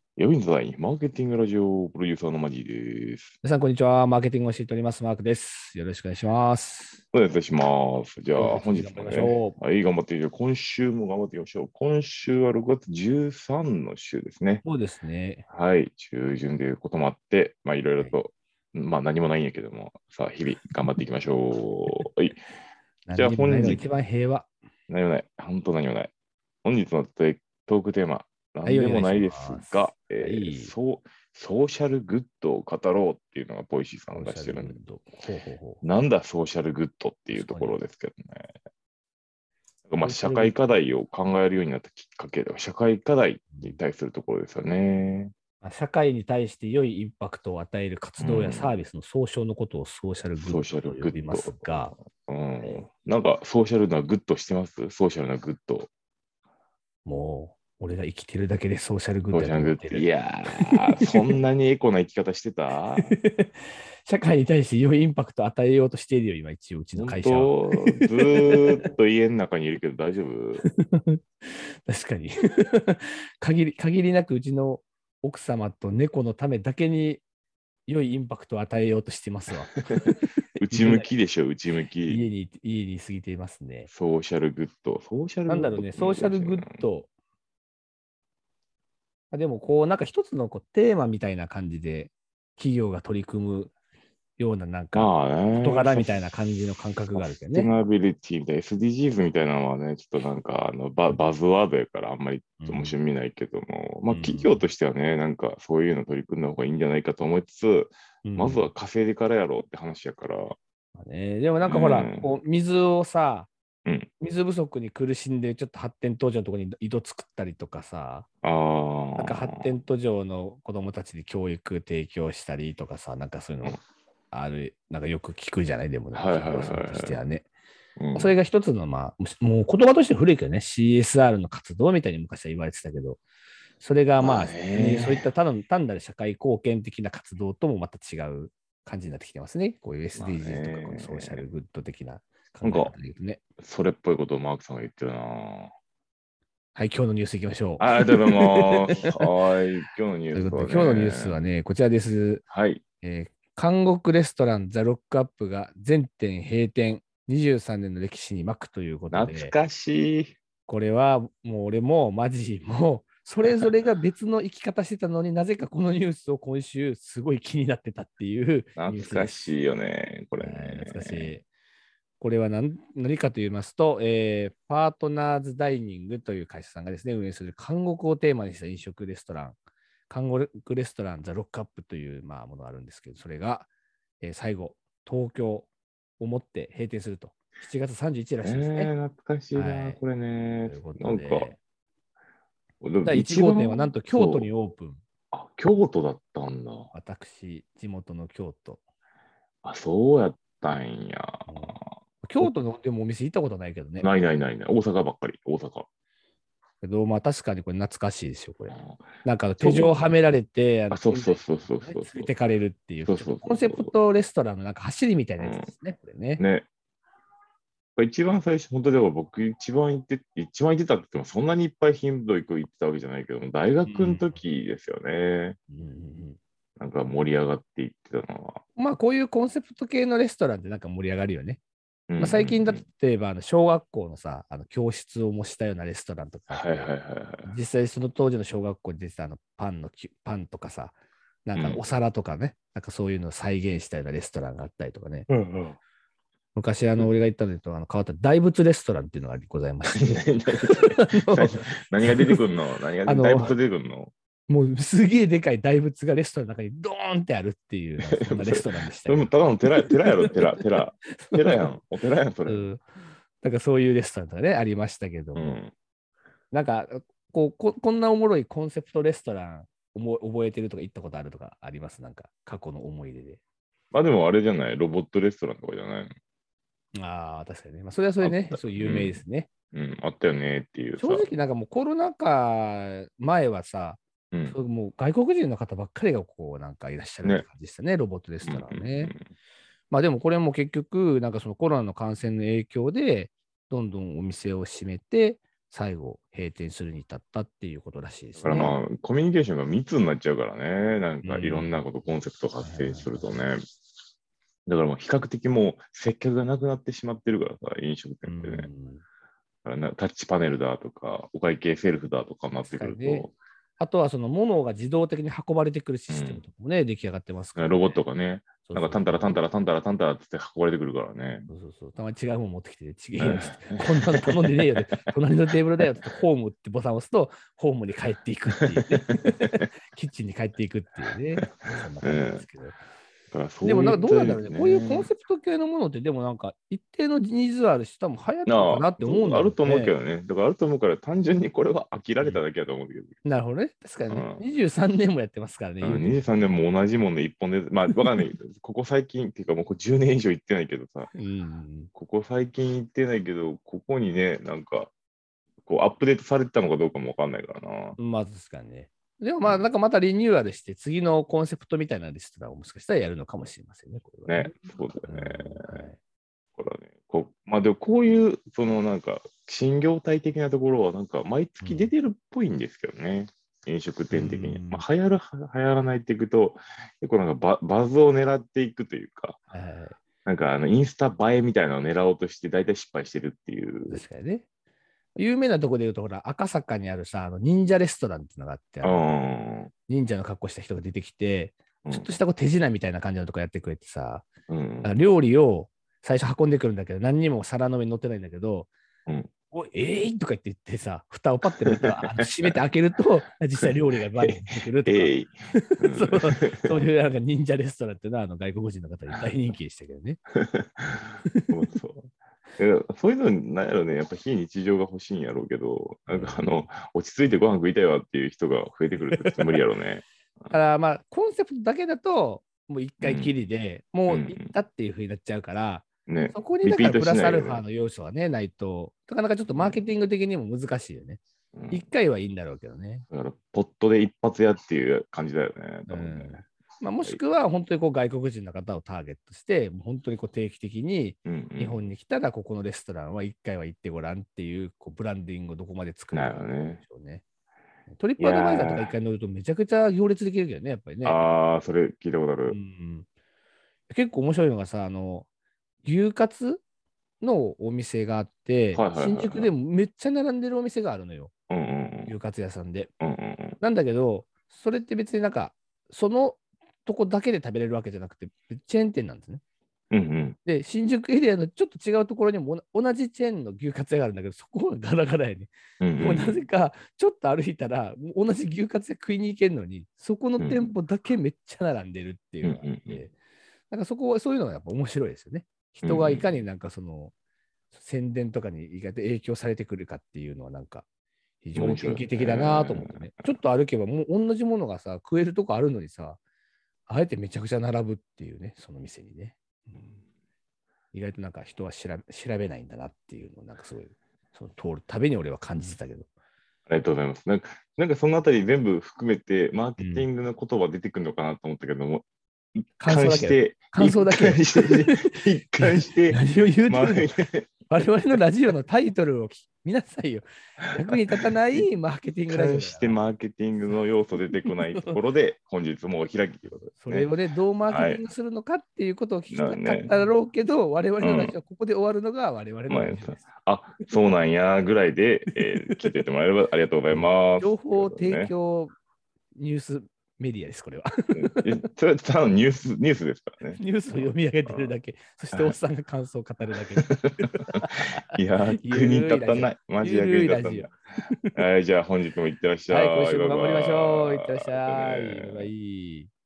ヤビンザイマーケティングラジオプロデューサーのマジです。 皆さん、こんにちは。マーケティングを教えております。マークです。よろしくお願いします。 お願いします。じゃはい、 あ、本一日頑張りまし日もね、 ょう。 はい、頑張っていきましょう。今週も頑張っていきましょう。今週は6月13の週ですね。 そうですね。 はい、中旬でいうこともあって、まあ、いろいろはい、 と、まあ、何もないんやけども、さあ、日々頑張っていきましょう。はい。じゃあ、 何にもない本日、 のが一番平和。 何もない。本当何もない。本日のトークテーマ、 はい、お何でも願いしないですが、 ます。はい。 ソーシャルグッドを語ろうっていうのがポイシーさんソーシャが出してるんで、 ルグッド。ほうほうほう。 なんだソーシャルグッドっていうとこ確かに。 ろですけどね。まあ、 ソーシャルグッ社会課ド。 題を考えるようになったきっかけで、社会課題に対するところですよね。 まあ社会に対して良いインパクトを与える活う動やサーん。 ビスの総称のことをソーシャルグッソーシャルドと呼びまグッド。 すが、 うえん。なんか、ソーシャルなグッドしてますソーシャルなグッド。 もう、俺が生きてるだけでソーシャルグッドやソーシャルグッド。いと思ってる。 やー、そんなにエコな生き方してた社会に対して良いインパクトを与えようとしているよ、今、一応、うちの本会社は。 当、ずーっと家の中にいるけど大丈夫確かに限りなくうちの奥様と猫のためだけに良いインパクトを与えようとしてますわ。 内家な向きでしょ、内向き。 家に過ぎていますね。 ソーシャルグッド。ソーシャルグッドってなんだろうね、ソーシャルグッ難しいな。 ド。でも、こう、なんか一つのテーマみたいな感じで、企業が取り組むような、なんか、 まあね、 事柄みたいな感じの感覚サがあるけどね。 ステナビリティみたいな SDGs みたいなのはね、ちょっとなんかバズワードやからあんまり面うん。 白みないけども、まあ企業うん。 としてはね、なんかそういうの取り組んだ方がいいんじゃないかと思いつつ、まずはうん。 稼いでからやろうって話やから、 まあね、でもなんうかほら、 ん、 こう水をさ、 うん、 水不足に苦しんで、ちょっと発展途上のところに井戸作ったりとかさ、 あなんか発あ、 展途上の子供たちに教育提供したりとかさ、なんかそういううん、 のある、なんかよく聞くじゃないでも、 はいはいはい企業さんとしてはい、 はね。 うん、 それが一つの、まあ、もう言葉として古いけどね、CSR の活動みたいに昔は言われてたけど、それがままああ、ね、そういったね、 単なる社会貢献的な活動ともまた違う感じになってきてますね。こういうまあ SDGs とか、このソーシャルね、 グッド的な考なんかえ方で言うとね。 それっぽいことをマークさんが言ってるな。 はい、今日のニュースいきましょう。 ありがとうございます。はい、今日のニュースはということで、今日のニュースはね、 ね、こちらです。 はい。 韓国レストランザ・ロックアップが全店閉店、23年の歴史に幕ということで、 懐かしい。 これはもう俺もマジもそれぞれが別の生き方してたのになぜかこのニュースを今週すごい気になってたっていう懐ニュースです。 かしいよね、これはい、懐かしね。 い。これは何かと言いますと、パートナーズダイニングという会社さんがですね、運営する韓国をテーマにした飲食レストラン、韓国レストランザ・ロックアップという、まあ、ものがあるんですけど、それが、最後、東京をもって閉店すると。7月31日らしいですね。 懐かしいな、 はい。 これね。 ということなんか、 で、 でも第1 一番、 号店はなんと京都にそう、 オープン。 京都だったんだ。 私、地元の京都。 あ、そうやったんや。 うん、京都のでもお店行ったことないけどね。 ないないないない。大阪ばっかり、大阪。 けど、まあ確かにこれ懐かしいですよ、これ。 あなんか手錠をはそう、 められて、 そう近代そうそうそうに、ね、 そうそう。 連れてかれるっていう、 そうそうそちょっとコンセプうそトレストランのなんか走りみたいなう。 やつですね、これね。 ね。一番最初、本当でも僕一番行ってたって言ってもそんなにいっぱい頻度行ってたわけじゃないけども、大学のうん。 時ですよね。 うんうんうん、 なんか盛り上がっていってたのは。 まあこういうコンセプト系のレストランってなんか盛り上がるよね。 うんうんうまあ、最近だとん。 例えば小学校のさ、教室を模したようなレストランとかあって、 はいはいはいはい。 実際その当時の小学校に出てたパンとかさ、なんかおうん。 皿とかね、なんかそういうのを再現したようなレストランがあったりとかね。 うんうん。 昔俺が行ったのと変わった大仏レストランっていうのがございまして、 何それあの、 何が出てくるの何があの大仏出てくるのもうすげえでかい大仏がレストランの中にドーンってあるっていう、なんかそんなレストランでしたよ。 それもただの寺やろ、寺やん。お寺やん、それ。 うん、なんかそういうレストランとかね、ありましたけども、 うん。 なんかこんなおもろいコンセプトレストラン覚えてるとか行ったことあるとかありますなんか過去の思い出で。 まあでもあれじゃないロボットレストランとかじゃないのああ、確かにね。まあ、それはそれでね、 あった。 そう有名でうん。 すね。 うん。あったよねっていうさ。 正直なんかもうコロナ禍前はさ、 うん。 そうもう外国人の方ばっかりがこうなんかいらっしゃるってね。 感じでしたね、ロボットレスうんうトランはね。 んまあでもこれも結局、なんかそのコロナの感染の影響で、どんどんお店を閉めて、 最後閉店するに至ったっていうことらしいですだからね。 まあ、コミュニケーションが密になっちゃうからね。なんかいろんなこと、コンセプト発生するとね。だからもう比較的もう接客がなくなってしまってるからさ、飲食店ってね。だからタッチパネルだとか、お会計セルフだとかになってくるね、 と、 あとはその物が自動的に運ばれてくるシステムとかもね、出来上がってますから、ね。 ロボットがね、 そうそうそう、 なんかタンタラタンタラタンタラタンタラって運ばれてくるからね。 そうそうそう。たまに違うもん持ってきて、違えよってこんなの頼んでねえよって、隣のテーブルだよってホームってボタンを押すと、ホームに帰っていくっていうね。キッチンに帰っていくっていうね。そんな感じですけど。 だからそでもういったなんかどうなんだろうね。 ねこういうコンセプト系のものって、でもなんか一定のニーズあるし、多分流行るのかなって思うんだあると思うけろうね。 どね。だからあると思うから、単純にこれは飽きられただけだと思うけど。 なるほどね。確かにね。 うん 23年もやってますからね。言うても 23年も同じもんで一本で、まあ、わかんないけど、ここ最近っていうか、もうこれ10年以上行ってないけどさ、ここ最近行ってないけど、ここにね、なんか、こうアップデートされてたのかどうかもわかんないからな。 まあ確かにね。でもまあなんかまたリニューアルして、次のコンセプトみたいなレストランをもしかしたらやるのかもしれませんね。これはね、そうだよね。 はい、 これはね、まあでもこういう、そのなんか、新業態的なところは、なんか毎月出てるっぽいんですけどね。飲食店的に。まあ、流行らないっていくと、結構なんかバズを狙っていくというか、なんかインスタ映えみたいなのを狙おうとして、大体失敗してるっていう。 確かにね。有名なところで言うと、ほら、赤坂にあるさ、忍者レストランっていうのがあって、忍者の格好した人が出てきて、ちょっとしたこう手品みたいな感じのとこやってくれてさ、料理を最初運んでくるんだけど、何にも皿の上に乗ってないんだけど、おいとか言ってさ、蓋をパッて閉めて開けると、実際料理がバッて出てくるとか、そういうなんか忍者レストランっていうのは外国人の方に大人気でしたけどね。 そういうのなんやろね、やっぱ非日常が欲しいんやろうけど、なんか落ち着いてご飯食いたいわっていう人が増えてくると無理やろうね。 だからまあ、コンセプトだけだと、もう一回きりで、もう行ったっていうふうになっちゃうから、そこにだからプラスアルファの要素はね、ないと、なかなかちょっとマーケティング的にも難しいよね。一回はいいんだろうけどね。 だから、ポットで一発やっていう感じだよね、多分ね。 まあ、もしくは本当にこう外国人の方をターゲットして、本当にこう定期的に日本に来たらここのレストランは1回は行ってごらんっていう、こうブランディングをどこまで作るかでしょうね。トリップアドバイザーとか1回乗るとめちゃくちゃ行列できるけどね、やっぱりね。 ああ、それ聞いたことある。 結構面白いのがさ、牛カツのお店があって、新宿でもめっちゃ並んでるお店があるのよ。牛カツ屋さんで。なんだけど、それって別になんか、そのとこだけで食べれるわけじゃなくて、チェーン店なんですね。で、新宿エリアのちょっと違うところにも同じチェーンの牛カツ屋があるんだけど、そこがガラガラやね。でもなぜか、ちょっと歩いたら、同じ牛カツ屋食いに行けるのに、そこの店舗だけめっちゃ並んでるっていうのがあって、なんかそういうのがやっぱ面白いですよね。人がいかになんかその、宣伝とかに意外と影響されてくるかっていうのはなんか、非常に典型的だなと思ってね。ちょっと歩けばもう同じものがさ、食えるとこあるのにさ、あえてめちゃくちゃ並ぶっていうね、その店にね。意外となんか人は調べないんだなっていうのをなんかすごい、その通るたびに俺は感じてたけど。 ありがとうございます。なんかそのあたり全部含めて、マーケティングの言葉出てくるのかなと思ったけども、一貫して、 一貫して、 何を言うてる我々のラジオのタイトルを見なさいよ。役に立たないマーケティングラジオ。 一貫してマーケティングの要素出てこないところで、本日もお開きということです、ね。 それをね、どうマーケティングするのかっていうことを聞きたかっただろうけど、我々のラジオ、ここで終わるのが我々のラジオです。 そうなんやぐらいで、聞いててもらえればありがとうございます。 情報提供ニュースメディアです、これは。 それはただのニュースですからね。 ニュースを読み上げてるだけ、そしておっさんが感想を語るだけ。 いや、役に立たない。マジ役に立たない。はい、じゃあ本日もいってらっしゃい。 はい、今週も頑張りましょう。いってらっしゃい。バイバイ。